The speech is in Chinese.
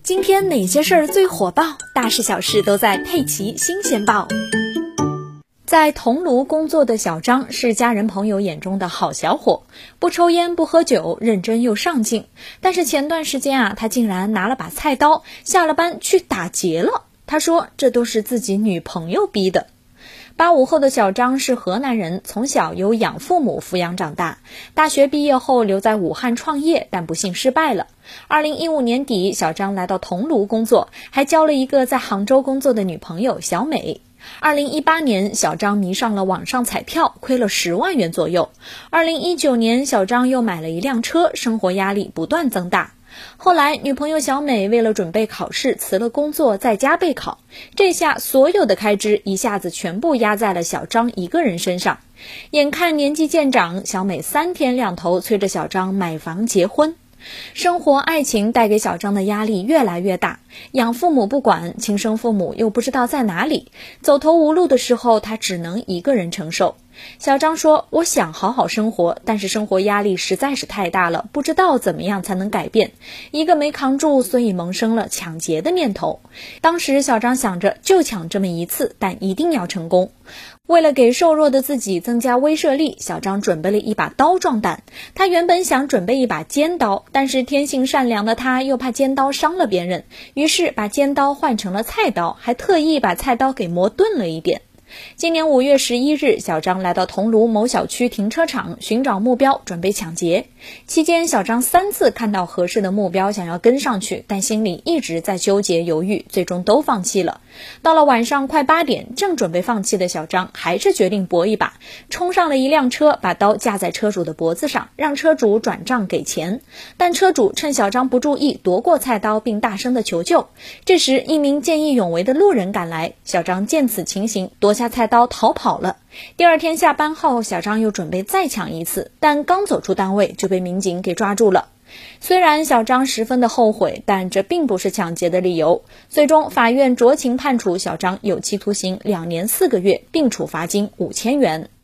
今天哪些事儿最火爆？大事小事都在佩奇新鲜报。在桐庐工作的小张是家人朋友眼中的好小伙，不抽烟不喝酒，认真又上进。但是前段时间他竟然拿了把菜刀，下了班去打劫了。他说这都是自己女朋友逼的。85后的小张是河南人，从小由养父母抚养长大。大学毕业后留在武汉创业，但不幸失败了。2015年底，小张来到桐庐工作，还交了一个在杭州工作的女朋友小美。2018年，小张迷上了网上彩票，亏了10万元左右。2019年，小张又买了一辆车，生活压力不断增大。后来女朋友小美为了准备考试辞了工作，在家备考，这下所有的开支一下子全部压在了小张一个人身上。眼看年纪渐长，小美3天2头催着小张买房结婚。生活爱情带给小张的压力越来越大，养父母不管，亲生父母又不知道在哪里，走投无路的时候他只能一个人承受。小张说，我想好好生活，但是生活压力实在是太大了，不知道怎么样才能改变，一个没扛住，所以萌生了抢劫的念头。当时小张想着就抢这么一次，但一定要成功。为了给瘦弱的自己增加威慑力，小张准备了一把刀壮胆。他原本想准备一把尖刀，但是天性善良的他又怕尖刀伤了别人，于是把尖刀换成了菜刀，还特意把菜刀给磨钝了一点。今年5月11日，小张来到桐庐某小区停车场寻找目标，准备抢劫。期间，小张3次看到合适的目标想要跟上去，但心里一直在纠结犹豫，最终都放弃了。到了晚上快8点，正准备放弃的小张还是决定搏一把，冲上了一辆车，把刀架在车主的脖子上，让车主转账给钱。但车主趁小张不注意夺过菜刀，并大声的求救。这时一名见义勇为的路人赶来，小张见此情形夺下菜刀逃跑了。第二天下班后，小张又准备再抢一次，但刚走出单位就被民警给抓住了。虽然小张十分的后悔，但这并不是抢劫的理由。最终法院酌情判处小张有期徒刑2年4个月，并处罚金5000元。